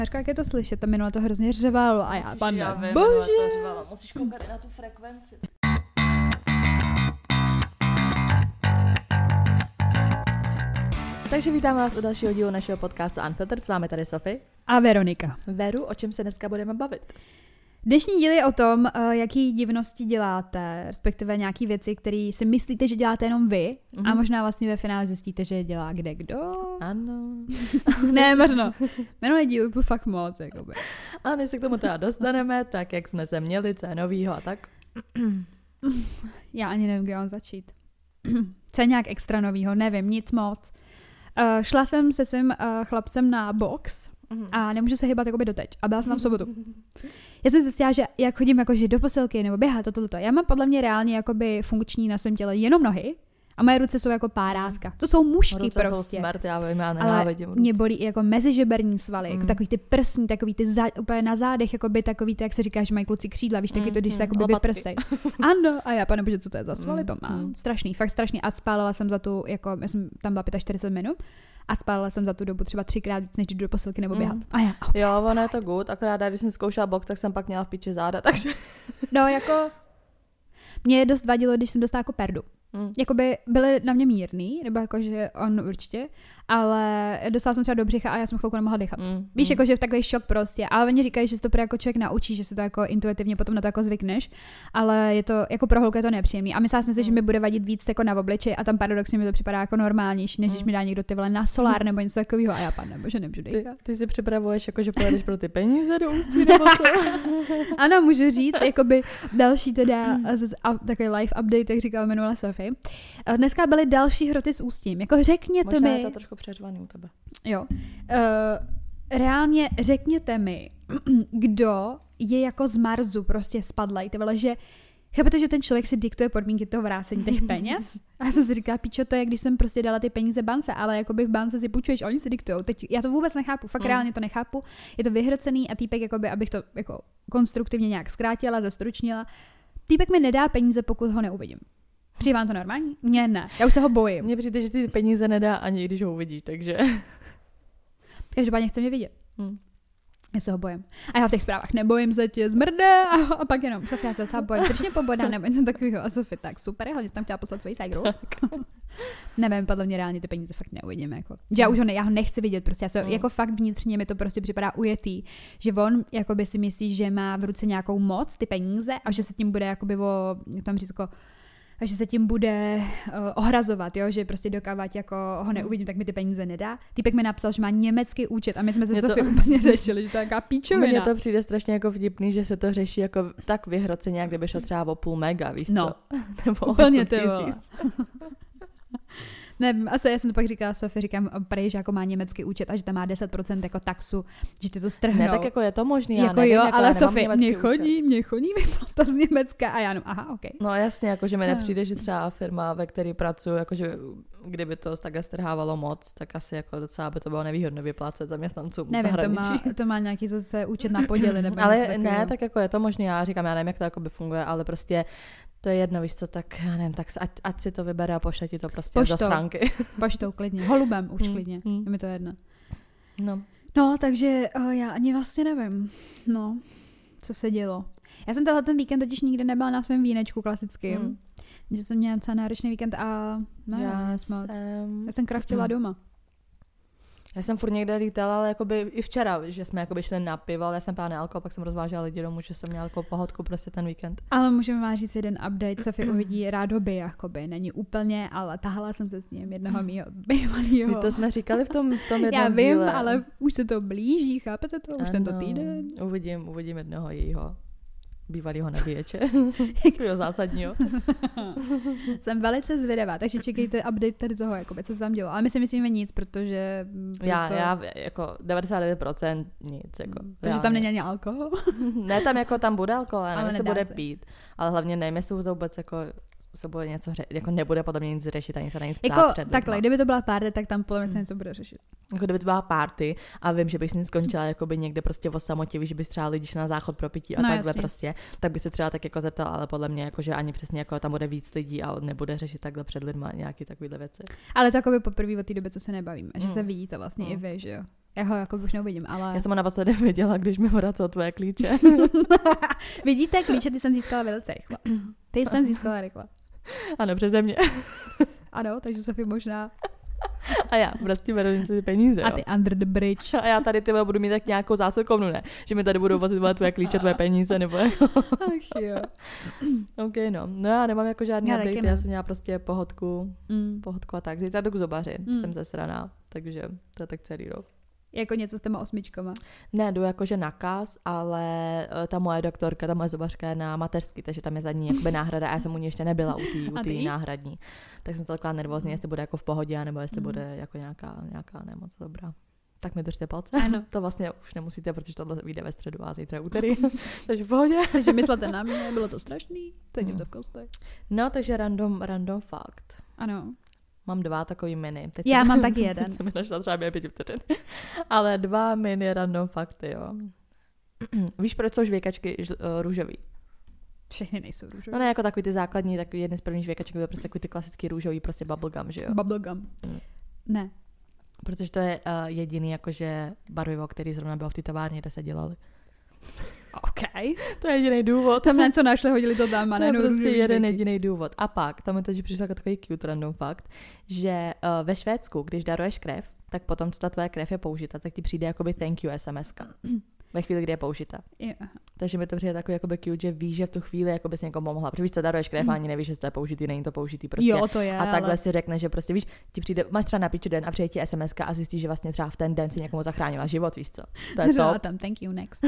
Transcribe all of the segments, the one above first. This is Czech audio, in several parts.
Jak je to slyšet, tam minule to hrozně řvalo a já, pane bože. To řvalo. Musíš koukat i na tu frekvenci. Takže vítám vás u dalšího dílu našeho podcastu Unfiltered. S vámi tady Sofie. A Veronika. Veru, o čem se dneska budeme bavit? Dnešní díl je o tom, jaký divnosti děláte, respektive nějaký věci, které si myslíte, že děláte jenom vy, a možná vlastně ve finále zjistíte, že je dělá kde kdo. Ano. Ne, možno. Minulý díl byl fakt moc, jakoby. A než se k tomu teda dostaneme, tak jak jsme se měli, co je novýho a tak. Já ani nevím, kde mám začít. Co je nějak extra novýho, nevím, nic moc. Šla jsem se svým chlapcem na box a nemůžu se hýbat jakoby doteď. A byla jsem tam v sobotu. Já jsem zjistila, že jak chodím jakože do posilky nebo běhat toto. Já mám podle mě reálně jakoby funkční na svém těle jenom nohy a moje ruce jsou jako párátka. To jsou mušky ruce prostě. Jsou smrt, já vím, já nenávidím ale mě bolí i jako mezižeberní svaly, jako takový ty prsní, takový ty úplně na zádech, jakoby takový ty, jak se říká, že mají kluci křídla, víš, taky to, když se jakoby vyprsej. Ano, a já, pane bože, co to je za svaly, to mám. Strašný, fakt strašný. A spálila jsem za tu, jako, já jsem tam byla 45 minut. A spálila jsem za tu dobu třeba 3krát víc, než jdu do posilky nebo běhat. A já, okay. Jo, ono je to good, akorát když jsem zkoušela box, tak jsem pak měla v piči záda, takže... No, jako... Mě dost vadilo, když jsem dostala jako perdu. Jakoby byly na mě mírný, nebo jakože on určitě, ale dostala jsem třeba do břicha a já jsem chvilku nemohla dechat. Víš, jakože v takový šok prostě. Ale oni říkají, že se to pro jako člověk naučí, že se to jako intuitivně potom na to jako zvykneš, ale je to jako pro holku je to nepříjemný. A myslela jsem si, že mi bude vadit víc jako na obličeji a tam paradoxně mi to připadá jako normálnější, než když mi dá někdo ty vole na solár nebo něco takového a já pane bože, nemůžu dechat. Ty si připravuješ jako, že pojedeš pro ty peníze do Ústí nebo co? Ano, můžu říct, jakoby další teda takový live update, jak říkala minule Sofie. Dneska byly další hroty s Ústím. Jako řekněte možná mi... je to trošku přeřvaný u tebe. Jo. Reálně řekněte mi, kdo je jako z Marsu prostě spadlej. Ty vole, že chápete, že ten člověk si diktuje podmínky toho vrácení těch peněz? A já jsem si říkala, pičo, to je, když jsem prostě dala ty peníze bance, ale jakoby v bance si půjčuješ, oni si diktujou. Teď já to vůbec nechápu, fakt reálně to nechápu. Je to vyhrocený a týpek, jakoby, abych to jako konstruktivně nějak zkrátila, zestručnila. Týpek mi nedá peníze, pokud ho neuvidím. Přijde vám to normální? Mně ne, já už se ho bojím. Mně přijde, že ty peníze nedá ani když ho uvidíš, takže... Každopádně chce mě vidět. Já se ho bojím. A já v těch zprávách nebojím se tě zmrde a pak jenom, Sofie, já se docela bojím, strašně pobodá nebo něco takového. A Sofie, tak super, hlavně jsem tam chtěla poslat svoji ségru. Nevím, podle mě reálně ty peníze fakt neuvidím. Jako. Že já ho nechci vidět, prostě jako fakt vnitřně mi to prostě připadá ujetý, že on jakoby si myslí, že má v ruce nějakou moc, ty peníze a že se tím bude jakoby tam říct jako že se tím bude ohrazovat, jo? Že prostě dokávat jako ho neuvidím, tak mi ty peníze nedá. Týpek mi napsal, že má německý účet a my jsme se Sofie úplně řešili, že to je taková píčovina. Mně to přijde strašně jako vtipný, že se to řeší jako tak vyhroceně, jak kdyby šlo třeba o 0,5 mega, víš co? Nebo úplně 8 000. Nevím, a já jsem to pak říkala Sofie, říkám prej, že jako má německý účet a že tam má 10% jako taxu, že ty to strhnou. Ne, tak jako je to možný, já jako nevím, jo, jako ale já Sofie, mě chodí vyplata z Německa a já jenom, aha, okay. No jasně, jakože mi nepřijde, že třeba firma, ve které pracuji, jakože kdyby to takhle strhávalo moc, tak asi jako docela by to bylo nevýhodné vyplácet zaměstnancům v zahraničí. Nevím, to má nějaký zase účet na poděly. Nebo ale ne, tak jako je to možný, já říkám, já nevím, jak to jakoby funguje, ale prostě to je jedno, víš co, tak já nevím, tak ať si to vybere a pošle ti to prostě do schránky. Poštou klidně, holubem už klidně, je mi to jedno. No, takže já ani vlastně nevím, co se dělo. Já jsem tenhle ten víkend totiž nikdy nebyla na svém vínečku klasickým, že jsem měla docela náročný víkend a já jsem kraftila doma. Já jsem furt někde lítala, ale jakoby i včera, že jsme jakoby šli na pivo, ale já jsem pár alko, pak jsem rozvážela lidi domů, že jsem měla takovou pohodku prostě ten víkend. Ale můžeme vám říct jeden update, Sofie uvidí rádoby, jakoby, není úplně, ale tahala jsem se s ním jednoho mýho bývalýho. To jsme říkali v tom jednom já vím, díle. Ale už se to blíží, chápete to? Už tento týden. Uvidím jednoho jejího bývalýho nabíječe. Takového zásadního. Jsem velice zvědavá, takže čekejte update tady toho, jakoby, co se tam dělo. Ale my si myslíme nic, protože... Já jako 99% nic. Jako, takže tam není ani alkohol? Ne, tam bude alkohol, ale nevím, jestli bude pít. Ale hlavně nevím, jestli to vůbec jako se bude něco jako nebude podle mě nic řešit, ani se na nic ptát jako, před lidma. Takhle, kdyby to byla party, tak tam podle mě se něco bude řešit. Jako kdyby to byla party a vím, že bych s ním skončila jakoby někde prostě o samotě, víš, že bys třeba lidi šla na záchod pro pití a takhle jasně. Prostě, tak by se třeba tak jako zeptal, ale podle mě jako, že ani přesně jako tam bude víc lidí a nebude řešit takhle před lidma nějaký takovýhle věci. Ale to jako by poprvé od té doby, co se nebavíme, že se vidí to vlastně i vy, že jo. Já ho jako už neuvidím, ale... Já jsem ho naposledy viděla, když mi vracel tvoje klíče. Vidíte, klíče ty jsem získala velice rychle. Ty jsem získala rychle. Ano, přeze mě. Ano, takže Sofie možná... A já prostě beru ty peníze. A ty under the bridge. A já tady budu mít tak nějakou zásilkovnu, ne? Že mi tady budou vozit tvoje klíče, tvoje peníze, nebo jako... Ach jo. OK, no. No já nemám jako žádný update, já jsem měla prostě pohodku a tak. Zítra jdu k zubaři, jsem zesraná, takže to je tak celý rok. Jako něco s těma 8. Ne, jdu jakože na kas, ale ta moje doktorka, ta moje zubařka je na mateřský, takže tam je za ní jakoby náhrada a já jsem u ní ještě nebyla u té náhradní. Tak jsem to taková nervózní, jestli bude jako v pohodě, nebo jestli bude jako nějaká nemoc dobrá. Tak mi držte palce. Ano. To vlastně už nemusíte, protože tohle vyjde ve středu a zítra je úterý. Takže v pohodě. Takže myslete na mě, bylo to strašný, teď je to v kostech. No, takže random fakt. Ano. Mám 2 takový mini. Teď já mám taky jeden. Jsem mi našla třeba 5 vteřin. Ale 2 mini random fakty, jo. Víš, proč jsou žvěkačky růžový? Všechny nejsou růžový. No ne, jako takový ty základní, takový jeden z prvních žvěkaček byl prostě takový ty klasický růžový, prostě bubblegum, že jo? Bubblegum. Ne. Protože to je jediný jakože barvivo, který zrovna bylo v té továrně, kde se dělali. OK. To je jediný důvod. Tam něco našli, hodili to tam a to je prostě jeden jediný důvod. A pak, tam mi to přišel jako takový cute random fakt, že ve Švédsku, když daruješ krev, tak potom, co ta tvoje krev je použita, tak ti přijde jakoby thank you SMS-ka. Ve chvíli, kdy je použita. Yeah. Takže mi to přijde takový jakoby cute, že víš, že v tu chvíli jako bys někomu pomohla. Protože víš, co daruješ krev, ani nevíš, že to je použitý, není to použitý prostě. Jo, to je, a takhle ale... si řekne, že prostě víš, ti přijde, máš třeba na piču den a přijde ti SMS-ka a zjistíš, že vlastně třeba v ten den si někomu zachránila život, víš co. To je to. Tam thank you next.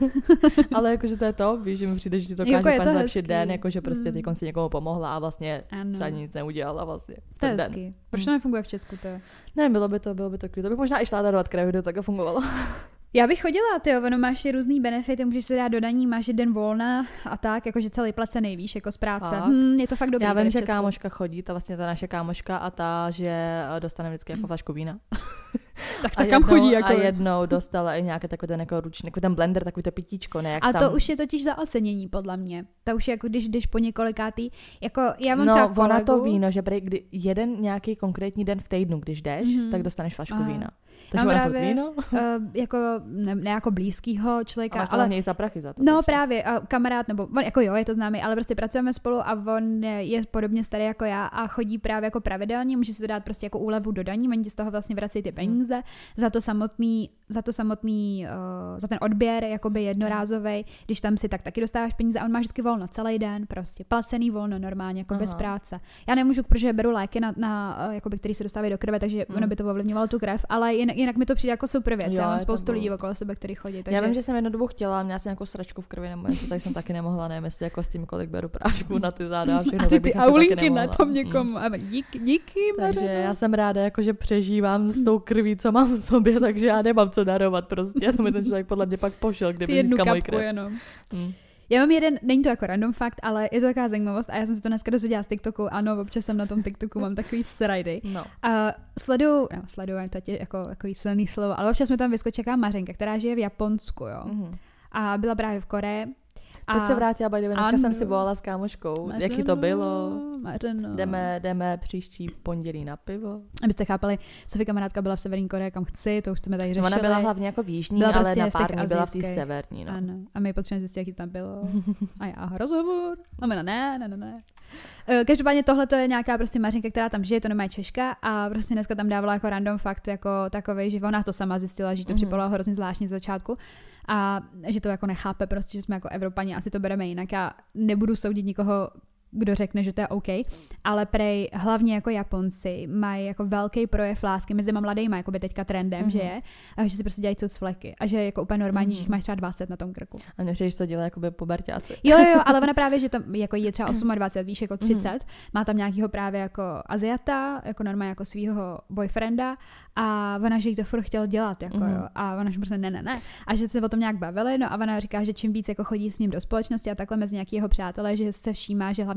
Ale jakože to je to, víš, že mi přijde, že ti to káže pan zlepšit den, jakože prostě teď si někomu pomohla a vlastně se ani nic neudělala vlastně. To je hezký. Proč to nefunguje v Česku to? Ne, bylo by to cute. To bych možná i šla darovat krev, kdyby to takhle fungovalo. Já bych chodila, ono máš různý benefity, můžeš se dát do daní, máš den volna a tak, jakože celý placený, víš, jako z práce. Je to fakt dobrý. Já vím, že kámoška chodí, ta vlastně ta naše kámoška a ta, že dostane vždycky jako flašku vína. Tak kam chodí jako? A jednou dostala i nějaký takový ten jako ručný, takový ten blender, takový to pitíčko, ne? Jak a tam... to už je totiž za ocenění, podle mě. To už je jako, když jdeš po několikátý, jako já mám třeba kolegu... ona to víno, že jeden nějaký konkrétní den v týdnu, když jdeš, tak dostaneš flašku vína. Takže ona furt víno? Jako, ne jako blízkýho člověka, ale něj za prachy za to. No právě, kamarád, nebo on, jako jo, je to známý, ale prostě pracujeme spolu a on je podobně starý jako já a chodí právě jako pravidelně, může si to dát prostě jako úlevu do daní, oni ti z toho vlastně vrací ty peníze za ten odběr, jakoby jednorázovej, když tam si tak taky dostáváš peníze a on má vždycky volno celý den, prostě placený volno normálně, jako bez práce. Já nemůžu, protože beru léky na jakoby, který se dostávají do krve, takže ono by to ovlivňovalo tu krev, ale jinak mi to přijde jako super věc. Já mám spoustu lidí okolo sebe, kteří chodí. Takže... Já vím, že jsem jednu dobu chtěla, měla jsem nějakou sračku v krvi nebo něco, tak jsem taky nemohla, nevím, jestli jako s tím, kolik beru prášku na ty záda a všechno. A ty aulinky na tom někomu. Díky, takže já jsem ráda, jako, že přežívám s tou krví, co mám v sobě, takže já nemám co darovat prostě. To mi ten člověk podle mě pak pošel, kdyby získal můj krev. Jenom. Já mám jeden, není to jako random fakt, ale je to taková zajímavost a já jsem se to dneska dozvěděla z TikToku, ano, občas tam na tom TikToku mám takový srajdy. No. A sleduju, to je jako silný slovo, ale občas mi tam vyskočí jaká Mařenka, která žije v Japonsku, jo. A byla právě v Koreji. Teď se vrátila, dneska jsem si volala s kámoškou, jaký to bylo. Jdeme příští pondělí na pivo. Abyste chápali, Sofie kamarádka byla v Severní Koreji, kam chci, to už jsme tady řešili. Ona byla hlavně jako v jižní, ale prostě na pár dní byla v té severní. No. Ano. A my potřebujeme zjistit, jaký tam bylo. A já rozhovor. A my ne. Každopádně tohle to je nějaká prostě Mařenka, která tam žije, to nemá Češka a prostě dneska tam dávala jako random fakt jako takovej, že ona to sama zjistila, že to připadalo hrozně zvláštně z začátku. A že to jako nechápe prostě, že jsme jako Evropani, asi to bereme jinak. Já nebudu soudit nikoho, kdo řekne, že to je OK, ale prej hlavně jako Japonci mají jako velký projev lásky mezi těma mladýma, jako by teďka trendem, že je, a že si prostě dělají z fleky a že je jako úplně normální, že jich máš třeba 20 na tom krku. A neříš, co dělá jako by puberťáci. Jo, ale ona právě, že tam jako je třeba 28, víš, jako 30, má tam nějakýho právě jako Aziata, jako normálně jako svýho boyfrienda a ona, že jí to furt chtěl dělat, jako jo, a ona, že prostě ne. A že se o tom nějak bavili, no a ona říká, že čím víc jako chodí s ním do společnosti a takhle mezi nějaký jeho přátelé, že se všímá, že hlavně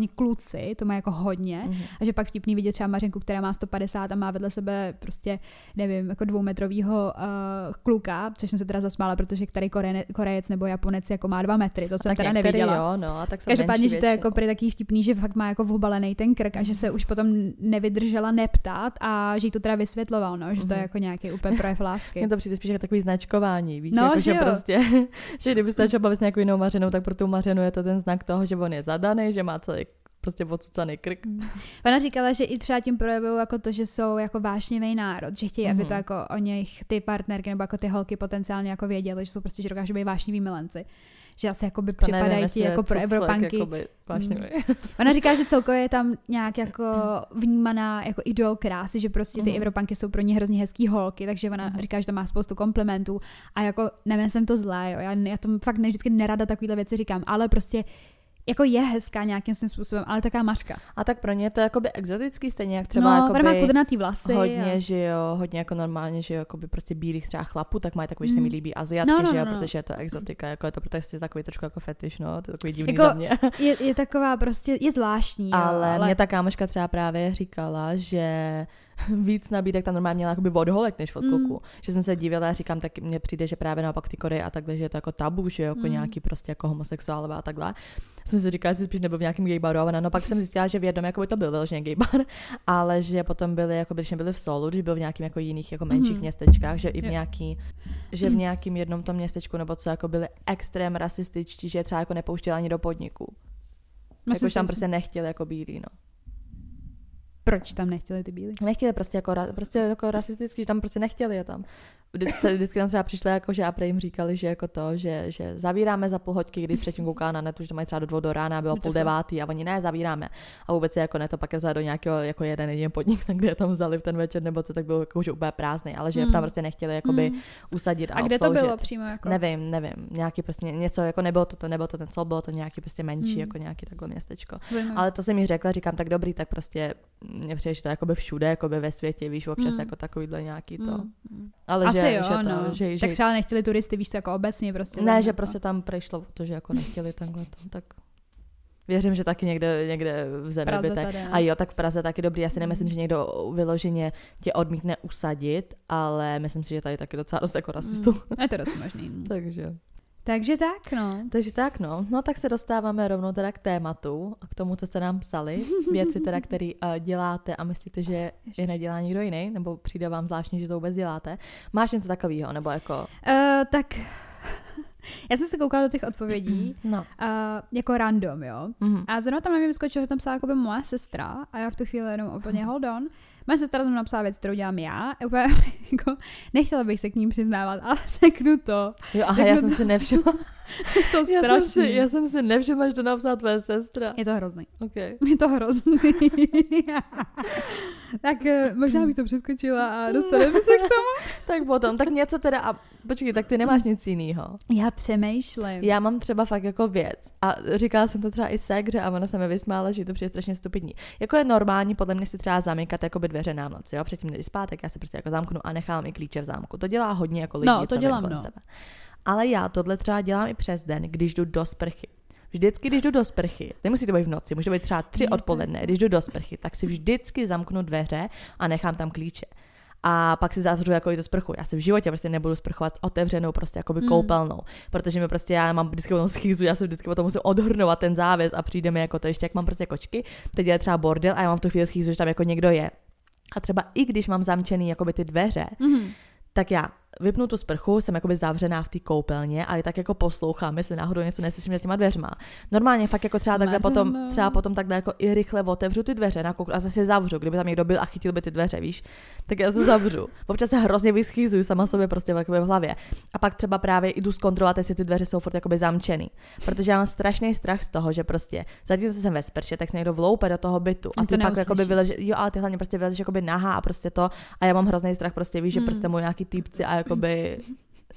hlavně kluci, to má jako hodně, a že pak vtipný vidět třeba Mařenku, která má 150 a má vedle sebe prostě, nevím, jako 2metrovýho kluka, což jsem se teda zasmála, protože který Korejec nebo Japonec jako má 2 metry, to jsem teda neviděla. Jo, no, a tak každopádně, že to je jako prý taký vtipný, že fakt má jako vhubalený ten krk a že se už potom nevydržela neptat a že jí to teda vysvětloval, no, že to je jako nějaký úplně projev lásky. Mně to přijde spíš jako takový značkování, víš, no, jako, že jo. prostě, že kdyby se začal bavit s nějakou jinou Mařenou, tak pro tu Mařenu je to ten znak toho, že on je zadaný, že má celý prostě odsucaný krk. Ona říkala, že i třeba tím projevují jako to, že jsou jako vášnivý národ, že chtějí, aby to jako o nich ty partnerky nebo jako ty holky potenciálně jako věděly, že jsou prostě, že dokážou být vášniví milenci. Že asi jakoby připadají ti jako pro Evropanky. Ona říká, že celkově je tam nějak jako vnímaná jako idol krásy, že prostě ty Evropanky jsou pro ně hrozně hezký holky, takže ona říká, že tam má spoustu komplimentů a jako nevím, jsem to zlé, jo. Já to fakt vždycky nerada takovýhle věci říkám, ale prostě jako je hezká nějakým svým způsobem, ale taká mařka. A tak pro ně je to jakoby exotický, stejně jak třeba jakoby má kudrnatý vlasy. Hodně, že jo, hodně jako normálně, že jo, jakoby prostě bílých třeba chlapů, tak mají takový, že se mi líbí Aziatky, že jo, protože je to exotika, jako je to prostě takový trošku jako fetiš, no, to je takový divný jako za mě. Je taková prostě, je zvláštní. Ale mě ta kámoška třeba právě říkala, že víc nabídek tam normálně měla jakoby od holek než od kluků. Že jsem se divila a říkám, tak mně přijde, že právě naopak ty Koreje a takhle, že je to jako tabu, že jako nějaký prostě jako homosexuálové a takhle. Jsem si říkala, že spíš nebyl v nějakém gaybaru, a no pak jsem zjistila, že v jednom jako by to byl vyloženě gaybar, ale že potom byli, jako když nebyli v Soulu, když byl v nějakým jako jiných jako menších městečkách, že i v nějaký, že v nějakým jednom tom městečku nebo co jako byli extrém rasističtí, že třeba jako nepouštěli ani do podniku. Jakož tam prostě nechtěli jako bílí, no. Proč tam nechtěli ty bílí? Nechtěli prostě jako rasisticky, že tam prostě nechtěli je tam. Vždycky tam třeba přišli jako, že a prej jim říkali, že jako to, že zavíráme za půl hoďky, když předtím koukala na netu, že to mají třeba do 2 do rána, bylo 8:30 a oni ne, zavíráme. A vůbec je jako ne, to pak je vzali do nějakého jako jeden jediný podnik, kde je tam vzali v ten večer nebo co, tak bylo jako už úplně prázdný, ale že tam prostě nechtěli jakoby usadit a kde to bylo přímo jako? Nevím, nějaký prostě něco jako nebylo to ten bylo to nějaký prostě menší jako nějaký takhle městečko. Ale to jsem mi řekla, říkám tak dobrý, tak prostě mě přijde, že to jakoby všude, jakoby ve světě, víš, občas jako takovýhle nějaký to. Ale asi že, jo, že to, no. že, tak třeba nechtěli turisty, víš, to jako obecně prostě. Ne, že prostě tam přišlo to, že jako nechtěli takhle to, tak věřím, že taky někde v zemi by tak. A jo, tak v Praze taky dobrý. Já si nemyslím, že někdo vyloženě tě odmítne usadit, ale myslím si, že tady taky docela dost jako rasistů. Je to dost možný. Takže tak, no. No tak se dostáváme rovnou teda k tématu a k tomu, co jste nám psali. Věci teda, které děláte a myslíte, že je nedělá nikdo jiný, nebo přijde vám zvláštní, že to vůbec děláte. Máš něco takového, nebo jako... Tak... Já jsem se koukala do těch odpovědí, jako random, jo. A zrovna tam na mě vyskočilo, že tam psala jako by moje sestra a já v tu chvíli jenom úplně hold on. Moje sestra tam napsala věc, kterou dělám já. Úplně, jako, nechtěla bych se k ním přiznávat, ale řeknu to. Jo, aha, já jsem si nevšimla. To strašný. Já jsem si nevšimla, že to napsala tvoje sestra. Je to hrozný. Okay. Je to hrozný. Tak možná bych to přeskočila a dostaneme se k tomu. Tak potom, tak něco teda, a počkej, tak ty nemáš nic jinýho. Já přemýšlím. Já mám třeba fakt jako věc a říkala jsem to třeba i ségře a ona se mi vysmála, že to přijde strašně stupidní. Jako je normální podle mě si třeba zamykat jakoby dveře na noc, jo, předtím než spát, tak já si prostě jako zamknu a nechám i klíče v zámku. To dělá hodně jako lidí, to dělám, sebe. Ale já tohle třeba dělám i přes den, když jdu do sprchy. Vždycky, když jdu do sprchy, nemusí to být v noci, může to být třeba 3 odpoledne, když jdu do sprchy, tak si vždycky zamknu dveře a nechám tam klíče. A pak si zavřu jako i tu sprchu. Já si v životě prostě nebudu sprchovat s otevřenou prostě jakoby koupelnou, protože mi prostě já mám vždycky potom schýzu, já se vždycky potom musím odhrnovat ten závěs a přijde mi jako to ještě, jak mám prostě kočky, teď je třeba bordel a já mám v tu chvíli schýzu, že tam jako někdo je. A třeba i když mám zamčený jakoby ty dveře, tak já vypnu tu sprchu, jsem jakoby zavřená v té koupelně a i tak jako poslouchám, jestli náhodou něco neslyším za těma dveřma. Normálně fakt jako třeba takhle potom takhle jako i rychle otevřu ty dveře a zase zavřu, kdyby tam někdo byl a chytil by ty dveře, víš, tak já se zavřu. Občas se hrozně vyschýzuju sama sobě prostě v hlavě. A pak třeba právě jdu zkontrolovat, jestli ty dveře jsou furt jakoby zamčený, protože já mám strašný strach z toho, že prostě zatímco jsem ve sprše, tak se někdo vloupe do toho bytu a ty pak jakoby vyleze, jo, ale ty hlavně prostě vylezeš jakoby nahá a prostě to a já mám hrozný strach prostě, víš, že prostě můj nějaký týpci a jakoby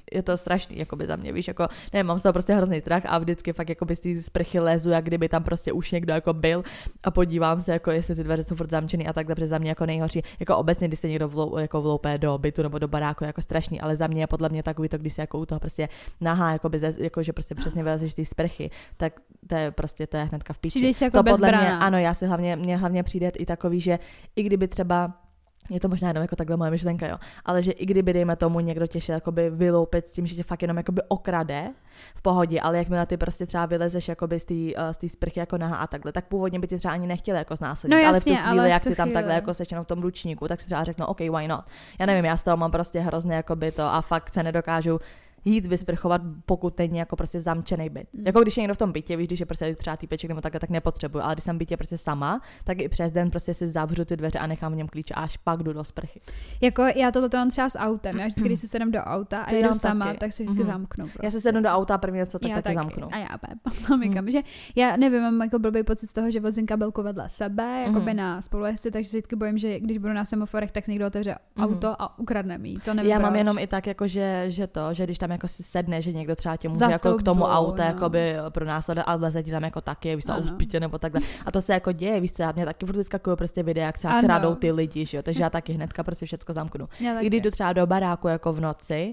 je to strašný, jakoby za mě, víš, jako, nevím, mám z toho prostě hrozný strach a vždycky fakt jakoby z té sprchy lezu, jak kdyby tam prostě už někdo jako byl a podívám se, jako jestli ty dveře jsou furt zamčený a takhle, protože za mě jako nejhorší, jako obecně, když se někdo jako vloupé do bytu nebo do baráku, jako strašný, ale za mě je podle mě takový to, když se jako u toho prostě nahá, jako že prostě přesně vylezeš z té sprchy, tak to je hnedka v píči. Jako to podle mě, ano, mě hlavně přijde i takový, že i kdyby třeba je to možná jenom jako takhle moje myšlenka, jo. Ale že i kdyby, dejme tomu, někdo tě šel jakoby vyloupit s tím, že tě fakt jenom jakoby okrade v pohodě, ale jakmile ty prostě třeba vylezeš jakoby z té sprchy jako nahá a takhle, tak původně by tě třeba ani nechtěli jako znásilnit, no, jasně, ale v tu chvíli, jak ty tam chvíli. takhle jako seš jenom v tom ručníku, tak si třeba řeknou, OK, why not. Já nevím, já z toho mám prostě hrozně jakoby to a fakt se nedokážu jít vysprchovat, pokud není jako prostě zamčený byt. Jako když je někdo v tom bytě, víš, když je prostě třeba týpeček nebo takhle, tak nepotřebuju, ale když jsem v bytě prostě sama, tak i přes den prostě si zavřu ty dveře a nechám v něm klíče a až pak jdu do sprchy. Jako já tohle mám třeba s autem, já vždycky, když si sedem do auta a jedu sama, taky. Tak si vždycky zamknu. Prostě. Já si sednu do auta a první co tak taky zamknu. A já samikam, že já nevím, mám jako blbý pocit z toho, že vozím kabelku vedle sebe, jakoby na spolujezdci, takže si vždycky bojím, že když budu na semaforech, tak někdo otevře auto a ukradne mi. To nevím. Já mám jenom i tak jako že když tam jako si sedne, že někdo třeba tě může jako k tomu autu jakoby pronásledovat a vleze ti tam jako taky, víš, už pítě nebo takhle. A to se jako děje, víš co, já mě taky furt vyskakují prostě videa, jak třeba kradou ty lidi, že jo, takže já taky hnedka prostě všechno zamknu. I když jdu třeba do baráku jako v noci,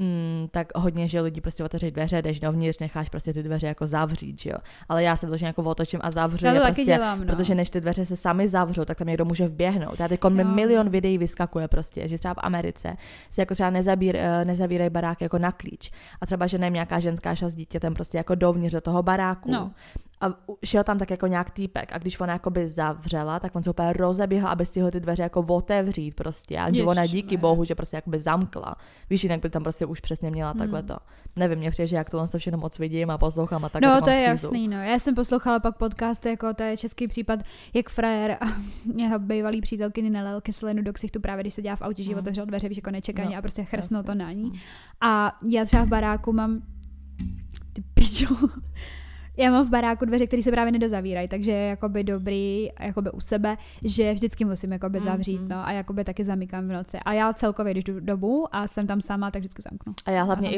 tak hodně, že lidi prostě otevří dveře, jdeš dovnitř, necháš prostě ty dveře jako zavřít, že jo. Ale já se vložím jako otočím a zavřu je prostě, dělám, protože než ty dveře se sami zavřou, tak tam někdo může vběhnout. Já teď milion videí vyskakuje prostě, že třeba v Americe si jako třeba nezavírají barák jako na klíč. A třeba, že nevím, nějaká ženská šla s dítětem prostě jako dovnitř do toho baráku. No. A šel tam tak jako nějak týpek a když ona jakoby zavřela, tak on se úplně rozeběhl, aby stihl ty dveře jako otevřít prostě. A že ona díky bohu, že prostě jakoby zamkla. Víš, jinak by tam prostě už přesně měla takhle to. Nevím, mě přijde, že jak to všechno moc vidím a poslouchám a tak. No to je jasný, no. Já jsem poslouchala pak podcast, jako to je český případ, jak frajer a jeho bývalý přítelkyni nalil kyselinu do ksichtu právě, když se dělá v autě, že otevřel dveře, víš, jako nečekaně a prostě chrsnul to na ní. A já třeba v baráku mám ty pičo. Já mám v baráku dveře, které se právě nedozavírají, takže je jakoby dobrý jakoby u sebe, že vždycky musím jakoby zavřít, no, a jakoby taky zamykám v noci. A já celkově, když jdu domů a jsem tam sama, tak vždycky zamknu. A já hlavně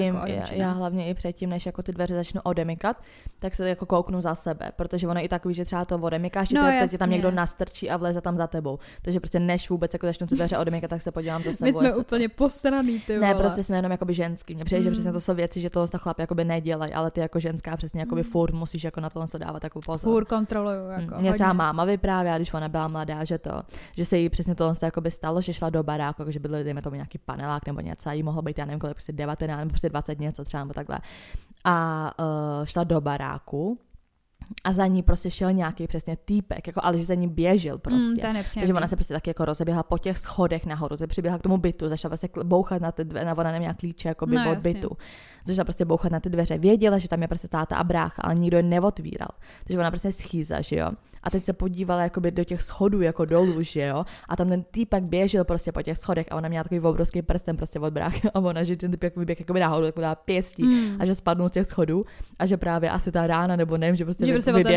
i předtím, než jako ty dveře začnu odemykat, tak se jako kouknu za sebe, protože ono je i takový, že třeba to odemykáš, teď tam někdo nastrčí a vleze tam za tebou. Takže prostě než vůbec jako začnu ty dveře odemykat, tak se podívám za sebou. My jsme úplně posraný, ty vole. Ne, prostě jsme jenom jakoby ženský. Mně přijde, že přesně to jsou věci, že toho chlap jakoby nedělají, ale ty jako ženská přesně jakoby furt musíš jako na to dávat takovou pozor. Furt kontroluju jako. Mě třeba máma vyprávěla, když ona byla mladá, že se jí přesně tohle jakoby stalo, že šla do baráku, že byly dejme tomu nějaký panelák nebo něco, a jí mohlo být, já nevím kolik, prostě 19 nebo prostě 20 něco třeba nebo takhle. A šla do baráku a za ní prostě šel nějaký přesně týpek, jako, ale že za ní běžel prostě. Takže ona se prostě taky jako rozeběhla po těch schodech nahoru, takže přiběhla k tomu bytu, začala prostě bouchat na ty dveře, ona neměla klíče jakoby od bytu. Začala prostě bouchat na ty dveře. Věděla, že tam je prostě táta a brácha, ale nikdo je neotvíral. Takže ona prostě schýza, že jo. A teď se podívala jakoby do těch schodů jako dolů, že jo. A tam ten týpek běžel prostě po těch schodech a ona měla takový obrovský prsten prostě od bráchy a ona, že ten týpek vyběh jakoby nahoru, tak dala pěstí a že spadnul z těch schodů a že právě asi ta rána nebo nevím, že prostě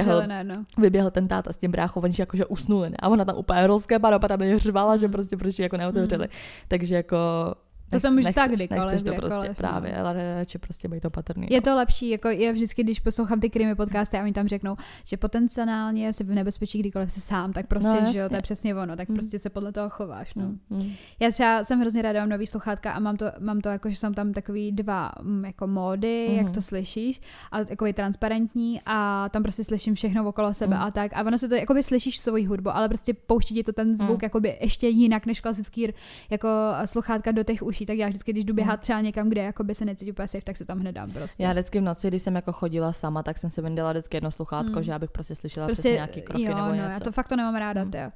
vyběhl ten táta s tím bráchou, oni jakože usnuli, ne? A ona tam úplně rozkepaná, tam řvala, že prostě proč jako neotevřeli. Takže jako to se může stát kdykoliv. Nechceš to prostě právě, ale radši prostě být opatrný. Je to lepší, jako je vždycky, když poslouchám ty krimi podcasty a oni tam řeknou, že potenciálně se v nebezpečí kdykoliv se sám, tak prostě, že jo, to je přesně ono, tak prostě se podle toho chováš, no. Já třeba jsem hrozně ráda, mám nový sluchátka a mám to jako, že jsou tam takový dva jako módy, jak to slyšíš, a takový transparentní a tam prostě slyším všechno okolo sebe a tak. A ono se to, jakoby slyšíš svoji hudbu, ale prostě pouští ti to ten zvuk jakoby ještě jinak než klasický jako sluchátka do těch uší, tak já vždycky, když jdu běhat třeba někam, kde jakoby se necítím úplně safe, tak se tam hned dám prostě. Já vždycky v noci, když jsem jako chodila sama, tak jsem se vyndala vždycky jedno sluchátko, že abych prostě slyšela přesně nějaký kroky nebo něco. Já to fakt to nemám ráda, jo.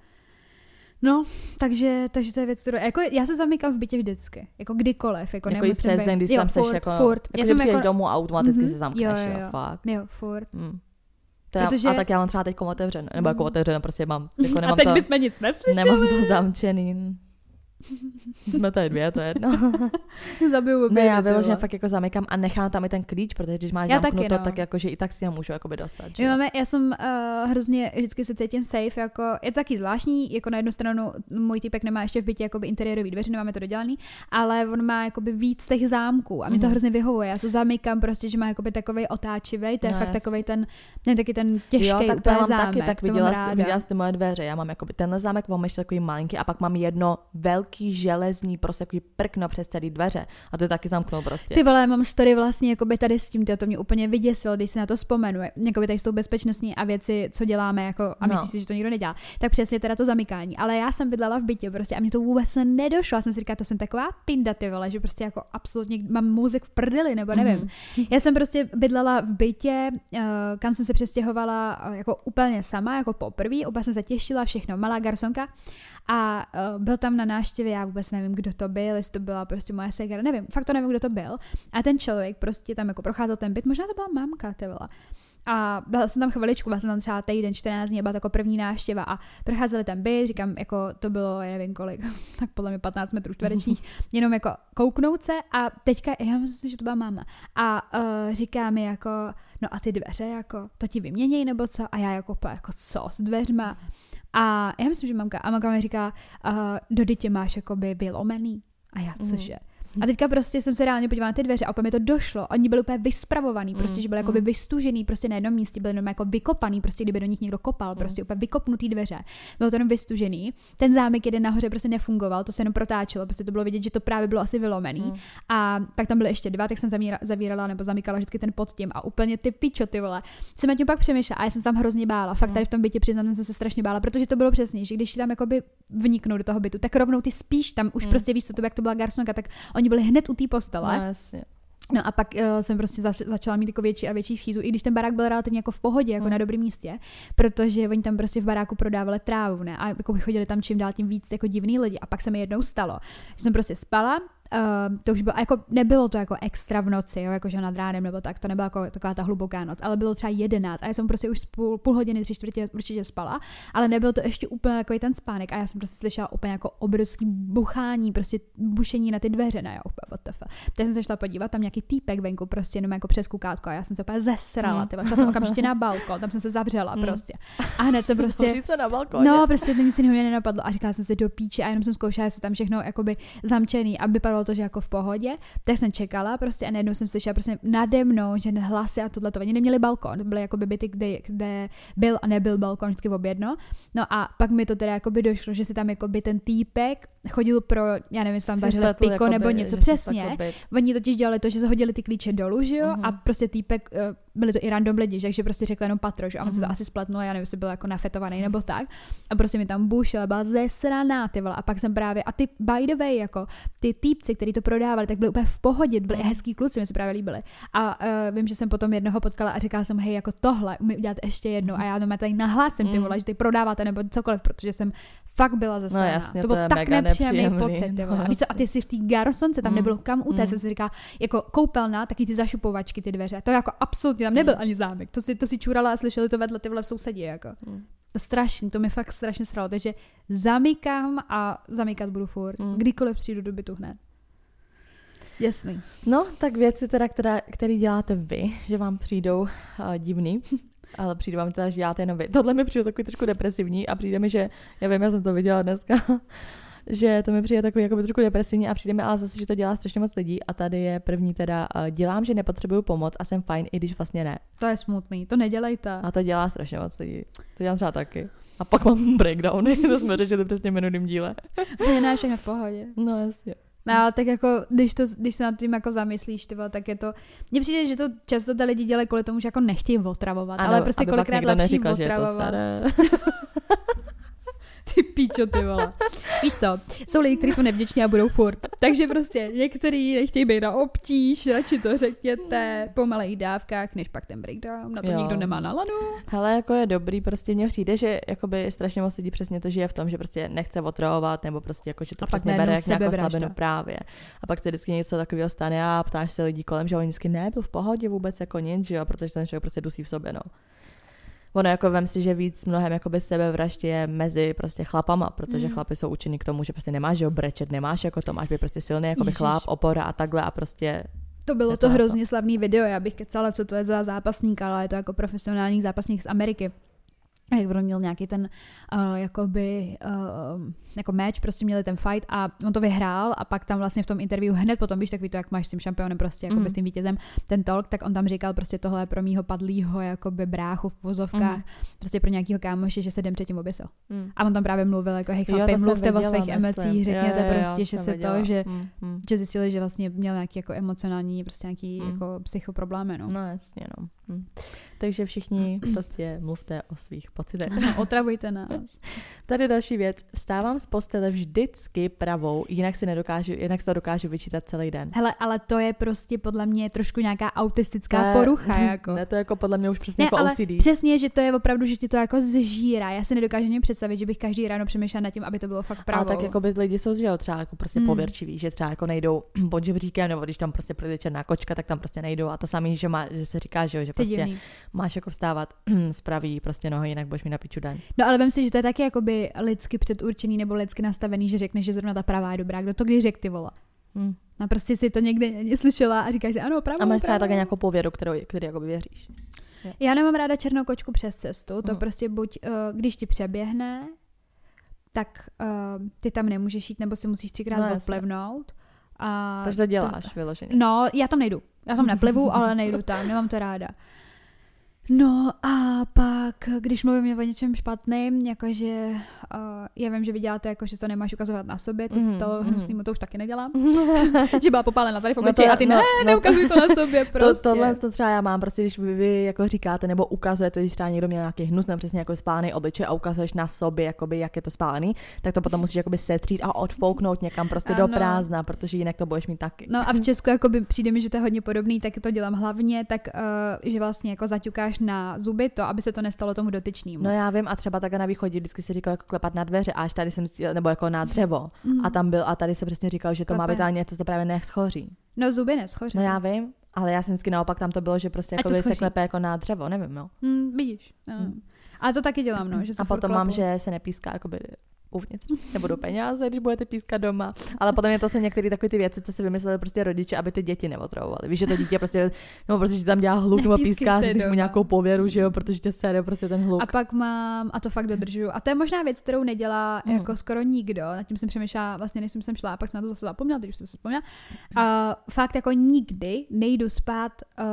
No, takže to je věc, kterou, jako já se zamykám v bytě vždycky, jako kdykoliv, jako i přes den, když tam seš jako když přijdeš domů a automaticky se zamkneš, jo, fakt. Jo, furt. Protože... A tak já mám třeba teď otevřené, nebo jako otevřené, prostě mám, jako nemám a teď bychom nic neslyšeli. Nemám to zamčený. Jsme tady 2, to je jedno. Zabiju Ne, já vyloženě fakt jako zamykám a nechám tam i ten klíč, protože když máš zamknuto, tak jakože i tak si ho můžu jakoby dostat. Že? Já jsem hrozně, vždycky se cítím safe, jako, je to taky zvláštní, jako na jednu stranu můj typek nemá ještě v bytě jakoby interiérový dveře, nemáme to dodělaný, ale on má jakoby víc těch zámků a mě to hrozně vyhovuje. Já to zamykám prostě, že má jakoby takovej otáčivej, to je fakt takovej ten, ne taky ten těžký tak to já mám zámek. Taky, tak viděla jste moje dveře, já mám jakoby tenhle zámek, mám ještě takový malinký a pak mám jedno velký železný prostě takový prkno přes celý dveře a to je taky zamknou prostě. Ty vole, mám story vlastně jakoby tady s tím, to mě úplně vyděsilo, když se na to vzpomenu. Jakoby tady s tou bezpečnostní a věci, co děláme jako a myslíš si, že to nikdo nedělá. Tak přesně teda to zamykání. Ale já jsem bydlela v bytě prostě a mě to vůbec nedošlo. Já jsem si říkala, to jsem taková pinda, ty vole, že prostě jako absolutně mám mozek v prdeli, nebo nevím. Já jsem prostě bydlela v bytě, kam jsem se přestěhovala jako úplně sama, jako poprvé, úplně jsem se těšila, všechno, malá garsonka. A byl tam na návštěvě, já vůbec nevím, kdo to byl, jestli to byla prostě moje ségra, nevím, fakt to nevím, kdo to byl. A ten člověk prostě tam jako procházel ten byt, možná to byla mamka, ty vole. A byla jsem tam chviličku, byla jsem tam třeba týden, 14 dní, byla to jako první návštěva a procházeli ten byt, říkám, jako to bylo, já nevím kolik, tak podle mě 15 metrů čtverečních, jenom jako kouknout se a teďka, já myslím, že to byla máma a říká mi jako, no a ty dveře, jako, to ti vyměněj nebo co? A já jako co s dveřma? A já myslím, že mamka mi říká, do dytě máš jakoby vylomený. A já, cože? A teďka prostě jsem se reálně podívala na ty dveře a úplně mi to došlo. Oni byli úplně vyspravovaný, prostě, že byli jakoby vystužený, prostě na jednom místě, byli jenom jako vykopaný, prostě kdyby do nich někdo kopal, prostě úplně vykopnutý dveře. Bylo to jenom vystužený. Ten zámek jeden nahoře prostě nefungoval, to se jenom protáčelo, prostě to bylo vidět, že to právě bylo asi vylomený. A pak tam byly ještě 2, tak jsem zavírala nebo zamykala vždycky ten pod tím a úplně ty pičo, ty vole. Jsem na tím pak přemýšlela a já jsem tam hrozně bála. Fakt tady v tom bytě přiznám, jsem se strašně bála, protože to bylo přesně, že když tam jakoby vniknou do toho bytu, tak rovnou ty spíš tam už prostě víš, co to, jak to byla garsonka, tak oni byli hned u té postele. No, jasně. No a pak jsem prostě začala mít jako větší a větší schýzu, i když ten barák byl relativně jako v pohodě, jako na dobrém místě, protože oni tam prostě v baráku prodávali trávu, ne? A jako chodili tam čím dál tím víc jako divný lidi. A pak se mi jednou stalo, že jsem prostě spala, to už bylo, jako nebylo to jako extra v noci, jo, jakože nad ránem nebo tak, to nebyla jako taková ta hluboká noc, ale bylo třeba 11 a já jsem prostě už půl hodiny, 3/4 určitě spala, ale nebyl to ještě úplně jako ten spánek a já jsem prostě slyšela úplně jako obrovský buchání, prostě bušení na ty dveře, ne, úplně what the fuck. Tak jsem se šla podívat, tam nějaký týpek venku prostě jenom jako přes kukátko a já jsem se úplně zesrala, šla jsem okamžitě na balkon, tam jsem se zavřela prostě. A hned jsem prostě na balkoně. No, prostě nic jiného mě nenapadlo a říkala jsem si do píči a jenom jsem zkoušela, jestli tam všechno jakoby zamčený a vypadalo to, že jako v pohodě, tak jsem čekala prostě a najednou jsem slyšela prostě nade mnou, že hlasy a tohle to. Oni neměli balkon, byly jako byty, kde byl a nebyl balkon vždycky v jedno. No a pak mi to teda jakoby došlo, že si tam jakoby ten týpek chodil pro, já nevím, jestli tam vařili piko jakoby, nebo něco přesně. Oni totiž dělali to, že zahodili ty klíče dolů, že jo, a prostě týpek, byli to i random lidi, takže prostě řekl jenom patro, že a on se to asi spletnul, já nevím, jestli byl jako nafetovaný nebo tak. A prostě mi tam bušila, byla zesraná, ty vole. A pak jsem právě, a ty by the way, jako ty týpci, kteří to prodávali, tak byli úplně v pohodě, byli hezký kluci, mi se právě líbili. A vím, že jsem potom jednoho potkala a říkala jsem, hej, jako tohle umí udělat ještě jednou a já to tady nahlásím, ty vole, že ty prodáváte nebo cokoliv, protože jsem fakt byla zesraná. No jasně, to byl tak nepříjemný pocit, ty vole. A víš co, a ty si v té garsonce, tam nebylo kam utéct, se říká, jako koupelna, taky ty zašupovačky, ty dveře. To jako absolutně tam nebyl ani zámek. To si čurala a slyšeli to vedle ty vole v sousedě, jako. To strašný, to mi fakt strašně sralo, takže zamykám a zamykat budu furt. Kdykoliv přijdu do bytu hned. Jasný. No, tak věci teda, které děláte vy, že vám přijdou divný, ale přijde vám teda, že děláte jenom vy. Tohle mi přijde takový trošku depresivní a přijde mi, že, já vím, já jsem to viděla dneska, že to mi přijde takový jako trošku depresivní a přijde mi ale zase, že to dělá strašně moc lidí a tady je první teda, dělám, že nepotřebuju pomoc a jsem fajn, i když vlastně ne. To je smutný, to nedělejte. A to dělá strašně moc lidí. To dělám třeba taky. A pak mám breakdowny, to jsme řešili přesně v minulým díle. Je ne, všechno v pohodě. No jasně. No, ale tak jako, když se nad tím jako zamyslíš, tyvo, tak je to, mně přijde, že to často ty lidi dělají kvůli tomu, že jako nechtějí otravovat, ano, ale prostě kolikrát lepší neříkal, otravovat. Ty píčo, ty vole. Víš co, jsou lidi, kteří jsou nevděční a budou furt. Takže prostě některý nechtějí být na obtíž, radši to řekněte po malých dávkách, než pak ten breakdown, na to nikdo nemá náladu. Hele, jako je dobrý, prostě mně přijde, že jakoby strašně moc lidí přesně to žije v tom, že prostě nechce otravovat, nebo prostě jako, že to přesně bere jak nějakou slabinu právě. A pak se vždycky něco takového stane a ptáš se lidí kolem, že oni vždycky byl v pohodě vůbec jako nic, že jo, protože ten člověk prostě dusí v sobě, no. Ono jako vem si, že víc mnohem jakoby sebevraždě je mezi prostě chlapama, protože chlapi jsou učení k tomu, že prostě nemáš jo brečet, nemáš jako to, máš být prostě silný jakoby chlap, opora a takhle a prostě to bylo to hrozně slavný video, já bych kecala, co to je za zápasník, ale je to jako profesionální zápasník z Ameriky. Jak on měl nějaký ten jako match, prostě měli ten fight a on to vyhrál a pak tam vlastně v tom interview hned potom, víš, takový to, jak máš s tím šampionem prostě, jako s tím vítězem, ten talk, tak on tam říkal prostě tohle pro mýho padlýho jakoby bráchu v vozovkách, prostě pro nějakýho kámoše, že se den předtím oběsil. A on tam právě mluvil jako hej chlapi, mluvte o svých emocích, řekněte prostě, že se to, že zjistili, že vlastně měl nějaký jako emocionální, prostě nějaký jako psychoproblémy, no. No jasně, no. Takže všichni prostě mluvte o svých pocitech. No, otravujte nás. Tady další věc. Vstávám z postele vždycky pravou, jinak si to dokážu vyčítat celý den. Hele, ale to je prostě podle mě trošku nějaká autistická porucha. Jako. Ne, to je jako podle mě už přesně jako ale OCD. Přesně, že to je opravdu, že ti to jako zžírá. Já si nedokážu ani představit, že bych každý ráno přemýšlela nad tím, aby to bylo fakt pravou. A tak jako by lidi jsou, že třeba jako prostě pověrčiví, že třeba jako nejdou pod žebříkem, nebo když tam prostě projde černá kočka, tak tam prostě nejdou. A to samé, že se říká, že prostě máš jako vstávat z pravý prostě nohy, jinak budeš mít na piču den. No ale vem si, že to je taky jakoby lidsky předurčený nebo lidsky nastavený, že řekneš, že zrovna ta pravá je dobrá. Kdo to kdy řekl, ty vole? No prostě si to někde slyšela a říkáš si ano, pravou. A máš třeba také nějakou pověru, který jakoby věříš. Já nemám ráda černou kočku přes cestu, to prostě buď, když ti přeběhne, tak ty tam nemůžeš jít, nebo si musíš 3krát odplivnout. Takže to děláš vyloženě. No, já tam nejdu. Já tam neplivu, ale nejdu tam, nemám to ráda. No a pak, když mluvím o něčem špatným, jakože já vím, že vy děláte, jako, že to nemáš ukazovat na sobě, co se stalo hnusným, to už taky nedělám. Že byla popálena tady v obličeji a ty neukazuj to na sobě prostě. Tohle to třeba já mám, prostě když vy jako říkáte nebo ukazujete, když třeba někdo měl nějaký hnus, nebo přesně jako spálený obličej a ukazuješ na sobě, jakoby, jak je to spálený, tak to potom musíš jakoby setřít a odfouknout někam prostě do prázdna, protože jinak to budeš mít taky. No a v Česku jakoby přijde mi, že to je hodně podobný, tak to dělám hlavně, tak že vlastně jako zaťukáš na zuby to, aby se to nestalo tomu dotyčnému. No já vím a třeba tak na východě vždycky si říkal jako klepat na dveře, až tady jsem nebo jako na dřevo. A tam byl a tady se přesně říkal, že to má být něco, co právě neschoří. No zuby neschoří. No já vím, ale já jsem vždycky naopak tam to bylo, že prostě jako se klepe jako na dřevo, nevím, no. Vidíš. Ale to taky dělám, no, že se a potom mám, že se nepíská jakoby uvnitř. Nebudou peníze, když budete pískat doma. Ale potom je to jsou některé takové ty věci, co si vymysleli prostě rodiče, aby ty děti neotravovali. Víš, že to dítě prostě, nebo prostě že tam dělá hluk nebo píská, když mu nějakou pověru, že jo, protože tě sere prostě ten hluk. A pak mám, a to fakt dodržuju. A to je možná věc, kterou nedělá jako skoro nikdo. Nad tím jsem přemýšlela, vlastně než jsem šla, a pak jsem na to zase zapomněla, teď už jsem se vzpomněla. Fakt jako nikdy nejdu spát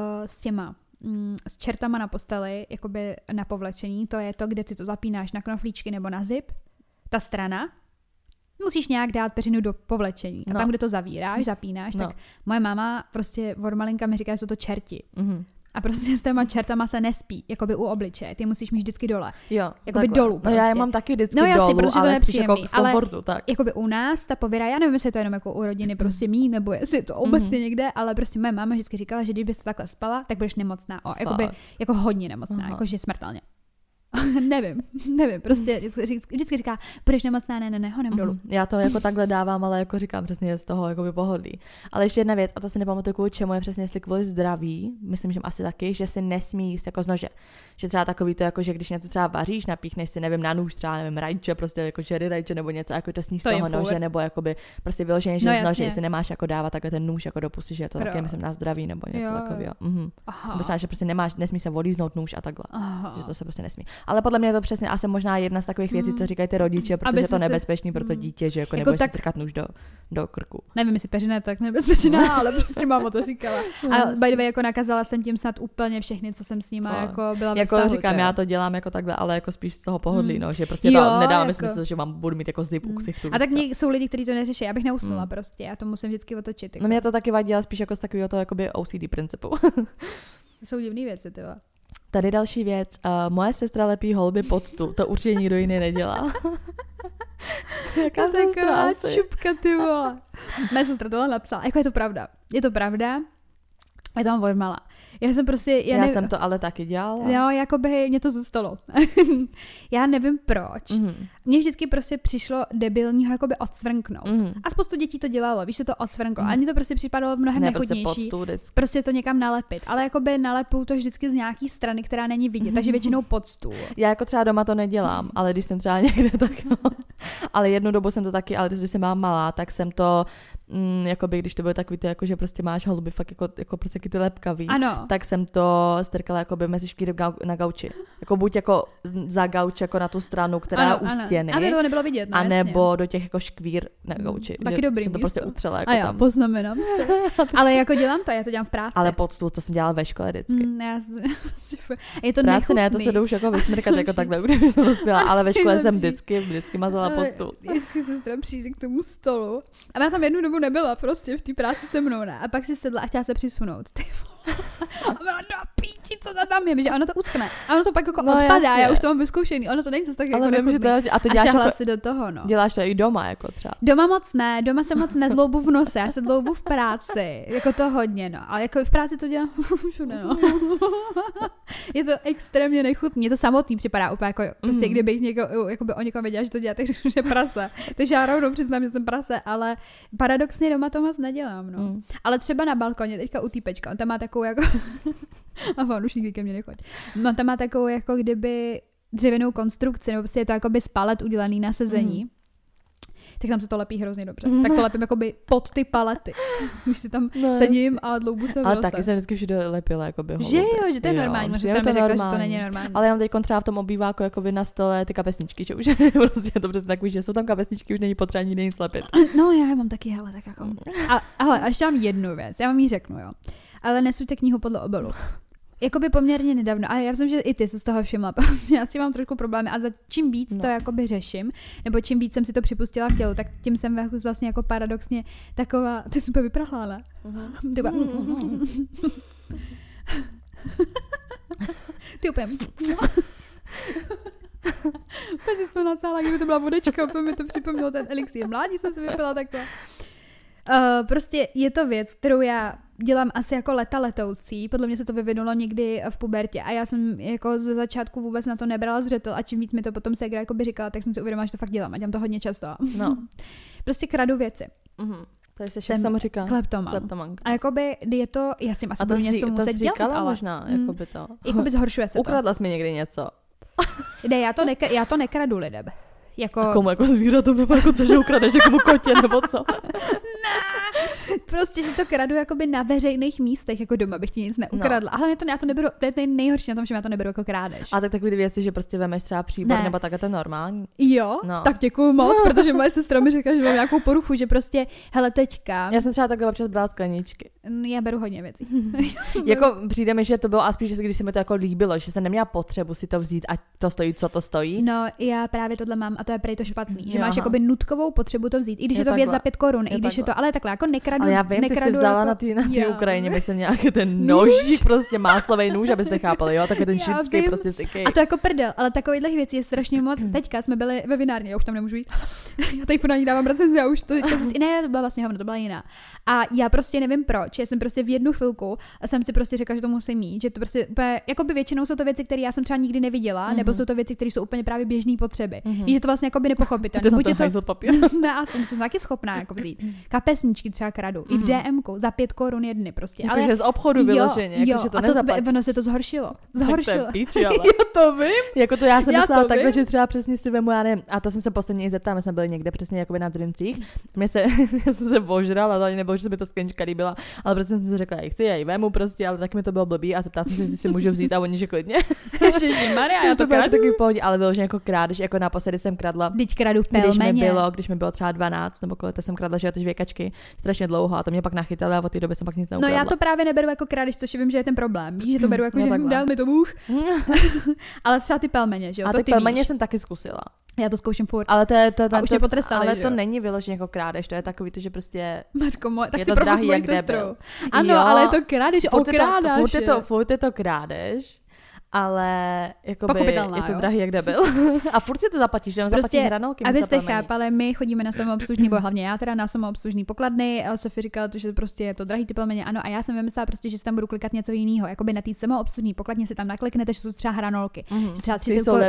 s čertama na posteli, jakoby na povlečení. To je to, kde ty to zapínáš na knoflíčky nebo na zip. Ta strana, musíš nějak dát peřinu do povlečení. A tam, kde to zavíráš, zapínáš, tak moje máma prostě od malinka mi říká, že jsou to čerti. A prostě s těma čertama se nespí, jakoby u obličeje. Ty musíš mít vždycky dole. Jo, jakoby dolů. Prostě. No já je mám taky vždycky dolů, ale spíš jako z komfortu. Tak. Jakoby u nás ta pověra, já nevím, jestli je to jenom jako u rodiny prostě mý, nebo jestli je to obecně někde, ale prostě moje máma vždycky říkala, že když bys takhle spala, tak budeš nemocná. Jakoby, jako hodně nemocná, jakože smrtelně. nevím, prostě vždycky říká, budeš nemocná, ne, honem dolů. Já to jako takhle dávám, ale jako říkám přesně z toho jakoby pohodlí. Ale ještě jedna věc, a to si nepamatuju kvůli čemu, je přesně jestli kvůli zdraví, myslím, že asi taky, že si nesmí jíst jako z nože. Že třeba takový to jako, že když něco třeba vaříš, napíchneš si, nevím, na nůž třeba, nevím, rajče, prostě jako žery rajče nebo něco, jako to sníš z toho nože, nebo jakoby prostě vyloženě, že z nože, jestli nemáš jako dávat takhle ten nůž jako do pusy, že je to taky, myslím, na zdraví nebo něco takového. Nebo třeba, že prostě nesmí se odlíznout nůž a takhle. Že to se prostě nesmí. Ale podle mě je to přesně asi možná jedna z takových věcí, co říkají ty rodiče, protože je to nebezpečný pro to dítě, že jako nebudeš si strkat nůž do krku. Nevím, jestli peřina je tak nebezpečná, ale prostě máma to říkala. A by the way, jako nakazala jsem tím snad úplně všechny, co jsem s nima jako byla ve vztahu. Jako říkám, já to dělám jako takhle, ale jako spíš z toho pohodlí, no, že prostě nedávám smysl, že budu mít jako zip u ksichtu. A tak jsou lidi, kteří to neřeší, já bych neusnula prostě, já to musím vždycky otočit. No mě to taky vadí, ale spíš jako z takového toho jakoby OCD principu. Jsou divné věci, ty. Tady další věc. Moje sestra lepí holuby pod stůl. To určitě nikdo jiný nedělá. Jaká sestra čupka, ty vole. Moje sestra tohle napsala. Jako je to pravda. Je to pravda. Já to mám odmala. Já jsem to ale taky dělala. Jo, jakoby mě to zůstalo. Já nevím proč. Mně vždycky prostě přišlo debilního jakoby odsvrnknout. A spoustu dětí to dělalo, víš, že to odsvrnklo. A mně to prostě připadalo mnohem nechutnější. Prostě to někam nalepit. Ale jakoby nalepuju to vždycky z nějaký strany, která není vidět, takže většinou pod stůl. Já jako třeba doma to nedělám, ale když jsem třeba někde tak. Ale jednu dobu jsem to taky, ale když jsem byla malá, tak jsem to jakoby, když to bylo takový to, jako, že prostě máš holuby fakt jako prostě ty lepkavý, tak jsem to strkala jakoby mezi špíry na gauči. Jako buď jako za gauč, jako na tu stranu, která je u stěny. Aby to nebylo vidět, a nebo do těch jako škvír na gauči. Taky dobrý jsem to prostě utřela jako a já tam. Poznamenám se. Ale jako dělám to, já to dělám v práci. Ale pod stůl, to jsem dělala ve škole vždycky. Je to práci ne, to se jdu už jako vysmrkat jako takhle, když jsem dospěla, ale ve škole jsem vždycky mazala pod stůl. Vždycky sestra přijde k tomu stolu. A ona tam jednu dobu nebyla prostě v té práci se mnou, ne? A pak si sedla a chtěla se přisunout. A ona do píči, co tam je, že ono to uskne. A ono to pak jako odpadá, jasně. Já už to mám vyzkoušený, ono to není zase tak jako nechutný. A to děláš jako, si do toho, no. Děláš to i doma, jako třeba. Doma moc ne, doma se moc nezloubu v nose, já se dloubu v práci, jako to hodně, no. Ale jako v práci to dělám všude, no. Je to extrémně nechutný, mě to samotný připadá úplně jako, prostě kdybych jakoby o někom věděla, že to dělá, takže že prase. Takže já rovnou přiznám, že jsem prase, ale paradoxně doma to moc nedělám, no. Ale třeba na balkoně, teďka u týpečka, on tam má takovou jako a on už nikdy ke mně nechodí. On tam má takovou jako kdyby dřevěnou konstrukci, nebo prostě je to jakoby z palet udělaný na sezení. Tak tam se to lepí hrozně dobře. Tak to lepím jakoby pod ty palety. Když si tam sedím a dloubu se ale taky jsem vždycky všude lepila jakoby holuby. Že jo, že to je normální. Možná jsem řekla, že to není normální. Ale já mám teď třeba v tom obýváku jakoby na stole ty kapesničky, že už prostě je to přesně takový, že jsou tam kapesničky, už není potřeba nikdy nic lepit. No já mám taky, hele, tak jako. Ale ještě mám jednu věc, já vám ji řeknu, jo. Ale nesuďte knihu podle obalu. Jakoby poměrně nedávno. A já myslím, že i ty se z toho všimla. Prostě já si mám trošku problémy a za čím víc to jakoby řeším, nebo čím víc jsem si to připustila k tělu, tak tím jsem vlastně jako paradoxně taková, ty jsi úplně vyprahlá, ne? Ty úplně jsi to nasála, kdyby to byla vodečka, úplně mi to připomnělo ten elixír. Mládí jsem si vypila takhle. Prostě je to věc, kterou já dělám asi jako leta letoucí. Podle mě se to vyvinulo někdy v pubertě a já jsem jako ze začátku vůbec na to nebrala zřetel a čím víc mi to potom Segra jako by říkala, tak jsem si uvědomila, že to fakt dělám a dělám to hodně často. No. Prostě kradu věci. Tady se všechno říká. Kleptoman. A jakoby je to, já si asi budu něco muset dělat, ale možná, jakoby to. Jakoby zhoršuje se to. Ukradla jsi mi někdy něco. Ne, já to nekradu lidem. Jako... A komu jako zvířatům nebo jako cože ukradeš, jako kotě nebo co? Ne, prostě, že to kradu jakoby na veřejných místech, jako doma bych ti nic neukradla. Ale já to neberu, to je nejhorší na tom, že já to neberu jako krádež. A tak takový ty věci, že prostě vemeš třeba příbor nebo tak, to je normální. Jo, tak děkuju moc, protože moje sestra mi řekla, že mám nějakou poruchu, že prostě, hele teďka. Já jsem třeba takhle občas brala skleničky. Já beru hodně věcí. Jako přijde mi, že to bylo spíš, že když se mi to jako líbilo, že jsem neměla potřebu si to vzít a to stojí, co to stojí. No, já právě tohle mám a to je prej to špatný, že máš jakoby nutkovou potřebu to vzít, i když je to věc za 5 korun, i když je to, ale takhle jako nekradu. Ale já vím, ty jsi vzala jako, na té Ukrajině, myslím nějaký ten nožík, prostě máslovej nůž, abyste chápali, jo, takový ten šitský prostě z Ikea. A to jako prdel, ale takovýchhle věcí je strašně moc. Teďka jsme byli ve vinárně, já už tam nemůžu jít. Já tady na ní dávám recenzi a už to byla vlastně hovno, to byla jiná. A já prostě nevím proč, já jsem prostě v jednu chvilku a jsem si prostě řekla, že to musím mít, že to prostě jakoby většinou jsou to věci, které já jsem třeba nikdy neviděla, nebo jsou to věci, které jsou úplně právě běžné potřeby. Víš, že to vlastně jakoby nepochopitelné. Buď je to papír. Ne, asi to jsem taky schopná jako vzít. Kapesničky třeba kradu, i v DMku za 5 korun jedny prostě. Jako, ale že z obchodu vyloženě, jako, že to nezaplatí. Ono se to zhoršilo. Píči, ale. Já to vím. Jako to já jsem myslela takhle, že třeba přesně si vemu, já nevím, a to jsem se posledně i zeptala, my jsme byli někde přesně jakoby na drincích. Já jsem se božrala, to ani nebylo, že se mi to sklenička líbila, ale prostě jsem si řekla, chci, já ji vemu prostě, ale tak mi to bylo blbý a zeptala jsem se, jestli si můžu vzít a oni že klidně. Ježišmarja, já to kradu. Takový v pohodě, ale vyloženě jako krádež, jako naposledy jsem kradla. Když mi bylo třeba 12 nebo kolik, jsem kradla, že ty žvěkačky strašně dlouho a to mě pak nachytalo a od té doby jsem pak nic neukradla. No já to právě neberu jako krádež, což vím, že je ten problém. Víš, že to beru jako, že dal mi to Bůh. Ale třeba ty pelmeně, že jo? A ty pelmeně jsem taky zkusila. Já to zkouším furt. Ale a už tě potrestali, ale to není vyloženě jako krádež, to je takový to, že prostě Mařko, tak je si to drahý jak debil. Ano, jo, ale je to krádež, okrádáš. Furt je to krádež. ale jakoby je to drahý, jak debil. A furt si to zaplatíš, že prostě, zaplatíš hranolky. Abyste chápali, my chodíme na samoobslužní, bo hlavně já teda na samoobslužní pokladny, ale Sofie říkala, že prostě je to drahý, ty pelmeně, ano, a já jsem vymyslela prostě, že si tam budu klikat něco jiného, jakoby na té samoobslužní pokladně si tam nakliknete, že jsou třeba hranolky, že třeba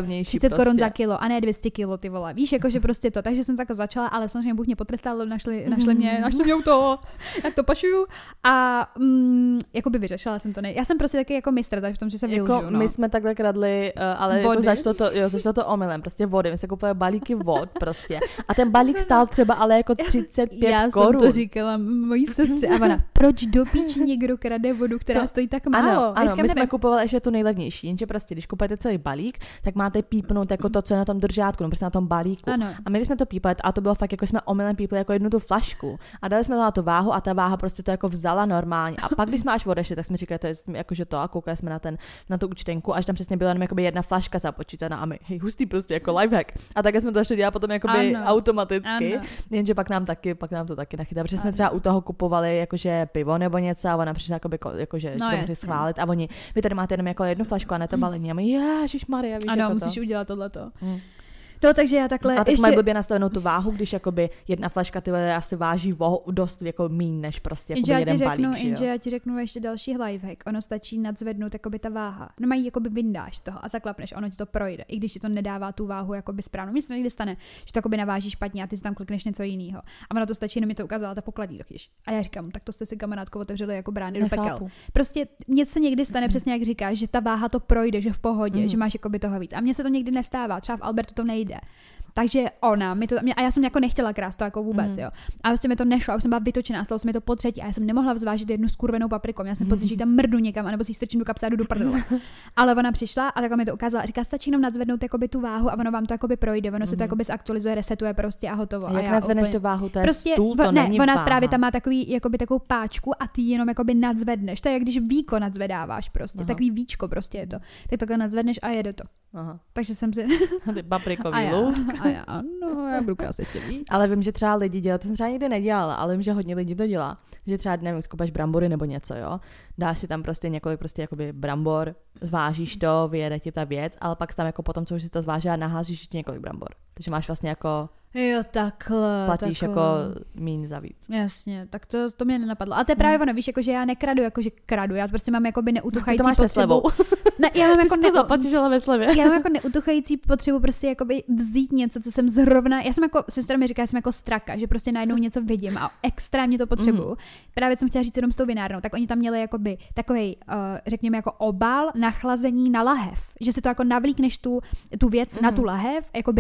30 korun za kilo, a ne 200 kilo, ty vole. Víš, jakože prostě to, takže jsem takhle začala, ale samozřejmě Bůh mě potrestal, našli mě u toho, jak to pašuju a jakoby vyřešila jsem to. Já jsem prostě taky jako mistr, takže v tom, že se využiju. No. My jsme takhle kradli, ale jako začalo to omylem, prostě vody. My jsme koupili balíky vod prostě. A ten balík stál třeba ale jako 35 korun. Já jsem to říkala mojí sestře a ona, proč do píči někdo krade vodu, která stojí tak málo? Ano, my jsme kupovali ještě tu nejlevnější, jenže prostě, když kupujete celý balík, tak máte pípnout jako to, co je na tom držátku, no prostě na tom balíku. Ano. A my jsme to pípali a to bylo fakt, jako jsme omylem pípli jako jednu tu flašku a dali jsme to na tu váhu a ta váha prostě to jako vzala normálně. A pak, když jsme až odešli, tak jsme říkali, to je jakože to a koukali jsme na tu účtenku, až tam přesně byla jenom jakoby jedna flaška započítaná a my, hej, hustý prostě jako lifehack. A také jsme to začali dělat potom jakoby automaticky, jenže pak nám to taky nachytá, protože jsme třeba u toho kupovali jakože pivo nebo něco a ona přišla jakože to musí schválit a oni, vy tady máte jenom jako jednu flašku a ne to balení a my, ježišmarja, víš, ano, jako musíš udělat tohleto. No, takže já takhle a tak ještě... mají blbě nastavenou tu váhu, když jakoby jedna flaška ty asi váží dost jako míň než prostě jakoby jeden balík, jenže já ti řeknu ještě další lifehack. Ono stačí nadzvednout jakoby ta váha. No mají jakoby vyndáš z toho a zaklapneš, ono ti to projde, i když ti to nedává tu váhu jakoby správnou. Mně se to někdy stane, že to jakoby naváží špatně a ty si tam klikneš něco jiného. A ono to stačí, jenom mi to ukázala ta pokladní totiž. A já říkám, tak to jste si kamarádko otevřeli jako brány do pekel. Prostě něco se někdy stane, přesně jak říkáš, že ta váha to projde, že v pohodě, že máš jakoby toho víc. A mně se to někdy nestává, třeba v Albertu to nejde. Takže ona a já jsem jako nechtěla krást to jako vůbec, jo. A vlastně mi to nešlo, a už jsem byla vytočená, stalo se mi to po třetí a já jsem nemohla zvážit jednu skurvenou papriku. Já jsem pocit, že tam mrdu někam, anebo si strčím do kapsy a jdu do prdele. Ale ona přišla a takhle mi to ukázala, říká, stačí jenom nadzvednout jakoby tu váhu a ono vám to jakoby projde, ono se to jakoby zaktualizuje, resetuje prostě a hotovo. Jak nadzvedneš tu váhu, to je prostě, stůl, to není ona váha. právě tam má takovou páčku a ty jenom jakoby nadzvedneš. To je jak když víko nadzvedáváš prostě, takový víčko prostě je to. Tak takhle nadzvedneš a jede to. Aha. Takže jsem si ty paprikový lůsk. A já, ano, já budu krásit víc. Ale vím, že třeba lidi dělají, to jsem třeba nikdy nedělala, ale vím, že hodně lidí to dělá. Že třeba, nevím, skoupáš brambory nebo něco, jo. Dáš si tam prostě několik prostě jakoby brambor, zvážíš to, vyjede ti ta věc, ale pak tam jako potom, co už si to zváží a naházíš několik brambor. Takže máš vlastně jako jo, takhle. Platíš jako míň za víc. Jasně, tak to mě nenapadlo. Ale to je právě ono, víš, jakože já nekradu, jakože kradu, já prostě mám jakoby neutuchající potřebu. Ne, já mám jako to zaplatíš, ale ve slevě. Já mám jako neutuchající potřebu prostě jakoby vzít něco, co jsem zrovna, já jsem jako, sestra mi říká, já jsem jako straka, že prostě najednou něco vidím a extrémně to potřebuju. Právě jsem chtěla říct jenom s tou vinárnou, tak oni tam měli jakoby takovej, řekněme jako obal na chlazení na lahev, že si to jako navlíkneš tu věc na tu lahev, jakoby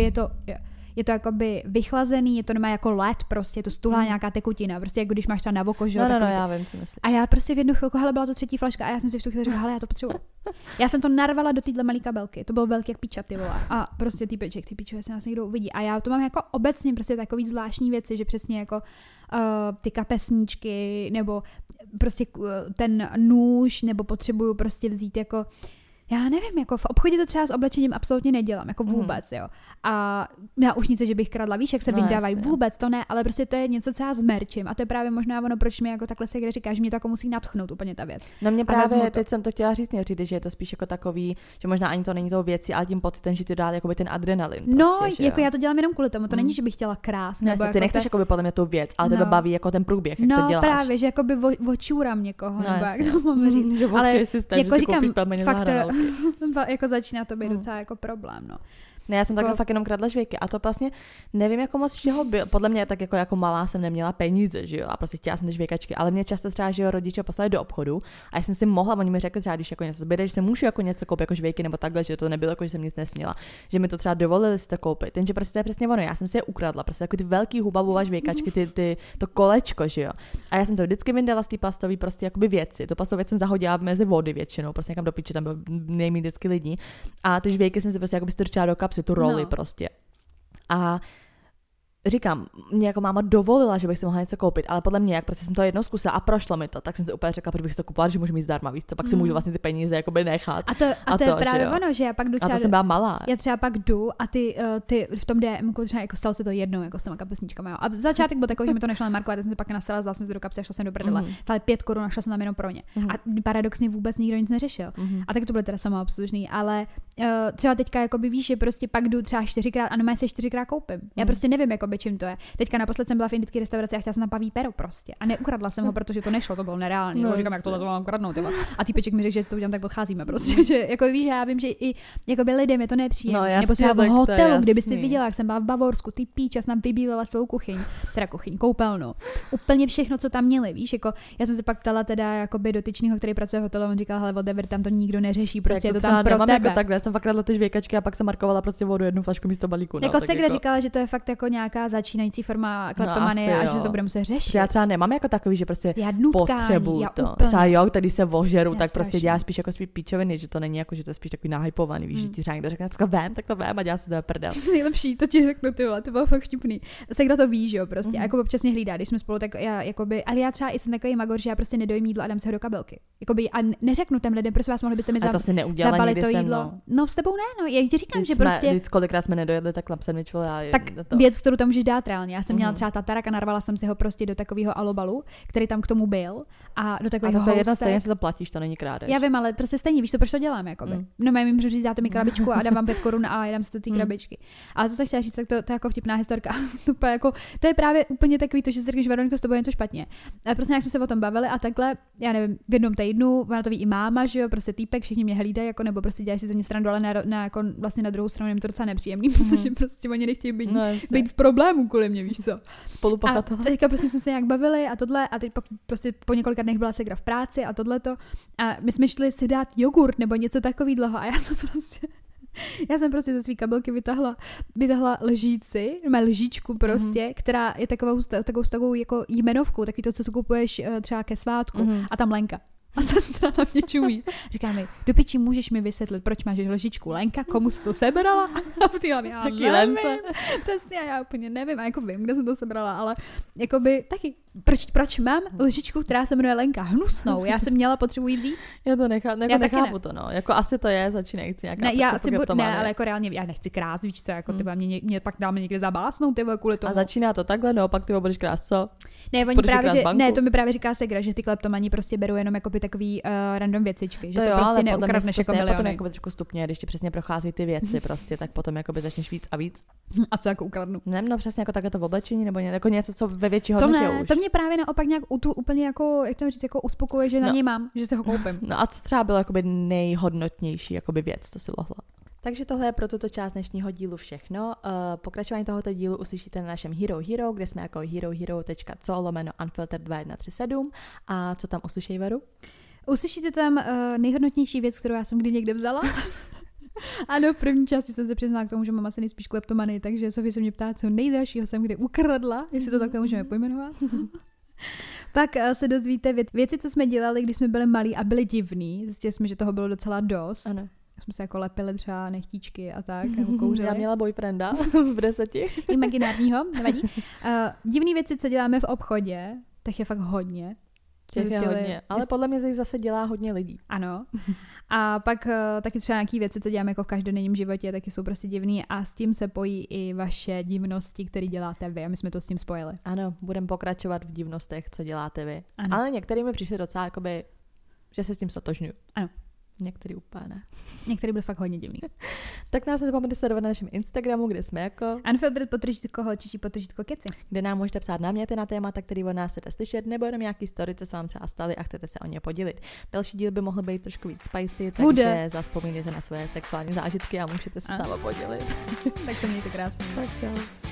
je to jakoby vychlazený, je to nemá jako led, prostě je to stuhlá nějaká tekutina, prostě jako když máš třeba na oko, že jo. No, já vím, co myslíš. A já prostě v jednu chvilku, hele, byla to třetí flaška a já jsem si v tu chvíli říkala, hele, já to potřebuji. Já jsem to narvala do téhle malé kabelky, to bylo velký jak píča, ty vole. A prostě ty píčové se nás někdo uvidí. A já to mám jako obecně prostě takový zvláštní věci, že přesně jako ty kapesníčky, nebo prostě ten nůž, nebo potřebuju prostě vzít jako já nevím, jako v obchodě to třeba s oblečením absolutně nedělám, jako vůbec, jo. A já už nic, že bych kradla, víš, jak se vydávají, vůbec to ne, ale prostě to je něco třeba s merčem a to je právě možná ono, proč mi jako takhle se kde říkáš, že mě to jako musí nadchnout úplně ta věc. No mě právě, teď jsem to chtěla říct, že je to spíš jako takový, že možná ani to není tou věcí, ale tím pocitem, že ti dá jakoby ten adrenalin. No, prostě, jako já to dělám jenom kvůli tomu, to není, že bych chtěla krást. Nebo ty nechceš jakoby podle mě tu věc, ale tebe baví jako ten průběh, jak to děláš. No právě, že jakoby očůrám někoho, nebo jak to mám říct. Ale jako říkám, fakt jako začíná to být docela jako problém, no. Ne, já jsem takhle fakt jenom kradla žvejky a to vlastně nevím, jako moc čeho bylo. Podle mě tak jako malá jsem neměla peníze, že jo, a prostě chtěla jsem ty žvejkačky, ale mě často třeba, že jo, rodiče poslali do obchodu a já jsem si mohla, oni mi řekli třeba, když jako něco zběde, že se můžu jako něco koupit, jako žvejky nebo takhle, že to nebylo jako, že jsem nic nesměla, že mi to třeba dovolili si to koupit. Jenže prostě to je přesně ono, já jsem si je ukradla, prostě jako ty velký hubavové žvejkačky, to kolečko, že jo. A já jsem to vždycky vyndala z té plastové prostě jakoby věci. To plastové věc jsem zahodila mezi vody většinou, prostě někam do piči, tam bylo nejméně vždycky lidí. A ty žvejky jsem si prostě jakoby strčila do kapsy, tu roli prostě. A říkám, mě jako máma dovolila, že bych si mohla něco koupit, ale podle mě, jak prostě jsem to jednou zkusila a prošlo mi to, tak jsem si úplně řekla, proč bych si to kupovala, že můžu mít zdarma, víš co, pak si můžu vlastně ty peníze jakoby nechat. A to je právě ono, že já pak jdu třeba... A to jsem byla malá. Já třeba pak jdu a ty v tom DMku třeba jako stalo se to jednou, jako s těma kapesničkama, jo. A začátek byl takový, že mi to nešlo namarkovat, já jsem si pak nasala, dala jsem si do kapsy a šla jsem do prdele. Ale 5 korun našla jsem tam jenom pro ně. A paradoxně vůbec nikdo nic neřešil. A tak to bylo teda samoobslužný, ale třeba teďka jakoby víš, že prostě pak jdu třeba 4krát a no se 4krát koupím. Já prostě nevím, jakoby čím to je. Teďka naposled jsem byla v indické restauraci a chtěla jsem na paví pero prostě. A neukradla jsem ho, protože to nešlo, to bylo nereálné. No, říkám, jak tohle to mám ukradnout, tyba. A týpeček mi řekl, že si to udělám, tak odcházíme prostě. Že jako víš, já vím, že i jakoby lidem je to nepříjemné. No, nebo třeba v hotelu, kdyby si viděla, jak jsem byla v Bavorsku, ty píč, jsem vybílela celou kuchyň, koupelnu. Úplně všechno, co tam měli, víš, jako já jsem se pak ptala teda jakoby dotyčného, který pracuje v hotelu, on říkal, hele, whatever, tam to nikdo neřeší, prostě je to tam pro tebe. Jako takhle, já jsem fakt kradla ty žvěkačky a pak jsem markovala prostě vodu jednu flašku místo balíku. Jako se kde říkala, že to je fakt jako nějaká začínající forma kleptomanie a že to bude muset řešit. Já třeba nemám jako takový, že prostě potřebuju to. Třeba jo, tady se vožeru, tak prostě dělá spíš jako spíš píčoviny, že to není jako, že to je spíš takový nahypovaný, víš, že ti řekne, tak to vem a dělá se to prdel. Nejlepší, to ti řeknu, ty vole, to bylo fakt vtipný. Sekda to ví, že jo, prostě. A jako občas mě hlídá, když jsme spolu, tak já jakoby, ale já třeba i jsem takový magor, že já prostě nedojím jídlo a dám se ho do kabelky. Jakoby a neřeknu těm lidem, prosím vás, mohli byste mi zabalit to jídlo. No s tebou ne, no, já ti říkám, že prostě víc kolikrát jsme nedojedli tak chlap sandwich, tak věc, kterou tam můžeš dát reálně. Já jsem měla třeba tatarák a narvala jsem si ho prostě do takového alobalu, který tam k tomu byl a do takového to je jedno, stejně si to platíš, to není krádež. Já vím, ale prostě stejně, víš co, proč to dělám, jakoby. No já můžu říct, dáte mi krabičku a dám vám 5 korun a dám si to ty krabičky. Ale co jsem chtěla říct, tak to je jako vtipná historka. To je právě úplně takový to, že si řekneš, Veroniko, s tobou je něco špatně. Ale prostě jak jsme se o tom bavili a takhle, já nevím, v jednom týdnu, ona to ví i máma, že jo, prostě týpek, všichni mě hlídají, jako nebo prostě dělají si ze mě srandu, ale jako vlastně na druhou stranu jim to docela nepříjemný, protože prostě oni nechtějí být v problému kvůli mě, víš co. Spolupachatelé. A teďka prostě jsme se nějak bavili a tohle a teď prostě po několika dnech byla segra v práci a tohleto a my jsme šli si dát jogurt nebo něco takového a já jsem prostě ze svý kabelky vytahla lžičku prostě, která je takovou jako jmenovkou, taky to, co si kupuješ třeba ke svátku a tam Lenka. A sestra na mě čumí. Říká mi, do piči, můžeš mi vysvětlit, proč máš lžičku Lenka, komu jsi to sebrala? A v té hlavě, já nevím. Přesně, já úplně nevím, a jako vím, kde jsem to sebrala, ale jakoby taky, proč mám lžičku, která se jmenuje Lenka? Hnusnou, já jsem měla potřebu jí vzít. Já to nechápu to, no. Jako asi to je začínající nějaká. Ne, ale jako reálně, já nechci krást, víš co, jako ty mě pak dáme někde zabásnout, ty kvůli tomu. A začíná to takhle, no, pak ty budeš krást, co? Ne, to mi právě říká segra, že ty kleptomani prostě berou jenom jako takový random věcičky, že to prostě neukradneš jako miliony. Potom jako trošku stupně, když ti přesně prochází ty věci prostě, tak potom jakoby začneš víc a víc. A co jako ukradnu? Ne, no přesně jako takhle to v oblečení nebo jako něco, co ve větší hodnotě už. To mě právě naopak nějak úplně jako, jak to říct, jako uspokojuje, že na něj mám, že si ho koupím. No a co třeba bylo jakoby nejhodnotnější jakoby věc, to si lohla? Takže tohle je pro tuto část dnešního dílu všechno. Pokračování tohoto dílu uslyšíte na našem Hero, kde jsme jako herohero.co/unfiltered2137. A co tam uslyší, Veru? Uslyšíte tam nejhodnotnější věc, kterou já jsem kdy někde vzala. Ano, v první části jsem se přiznala k tomu, že mám asi nejspíš kleptomany, takže Sofie se mě ptá, co nejdražšího jsem kdy ukradla, jestli to takhle můžeme pojmenovat. Pak se dozvíte věci, co jsme dělali, když jsme byli malí a byli divní. Zjistili jsme, že toho bylo docela dost. Ano. Jsme se jako lepili třeba nechtíčky a tak, nebo kouřili. Já měla boyfrienda v 10. Imaginárního, nevadí. Divný věci, co děláme v obchodě, tak je fakt hodně. Těch je hodně, ale podle mě zase dělá hodně lidí. Ano. A pak taky třeba nějaký věci, co děláme jako v každodenním životě, taky jsou prostě divný a s tím se pojí i vaše divnosti, které děláte vy a my jsme to s tím spojili. Ano, budeme pokračovat v divnostech, co děláte vy. Ano. Ale některý mi přišli docela jakoby, že se s tím stotožňuji. Ano. Některý úplně ne. Některý byl fakt hodně divný. Tak nás nezapomeňte sledovat na našem Instagramu, kde jsme jako unfiltered_holčičí_keci. Kde nám můžete psát náměty na témata, který od nás chcete slyšet, nebo jenom nějaký story, co se vám třeba staly a chcete se o ně podělit. Další díl by mohl být trošku víc spicy, takže zavzpomínejte na své sexuální zážitky a můžete se tam podělit. Tak se mějte krásně. Tak čau.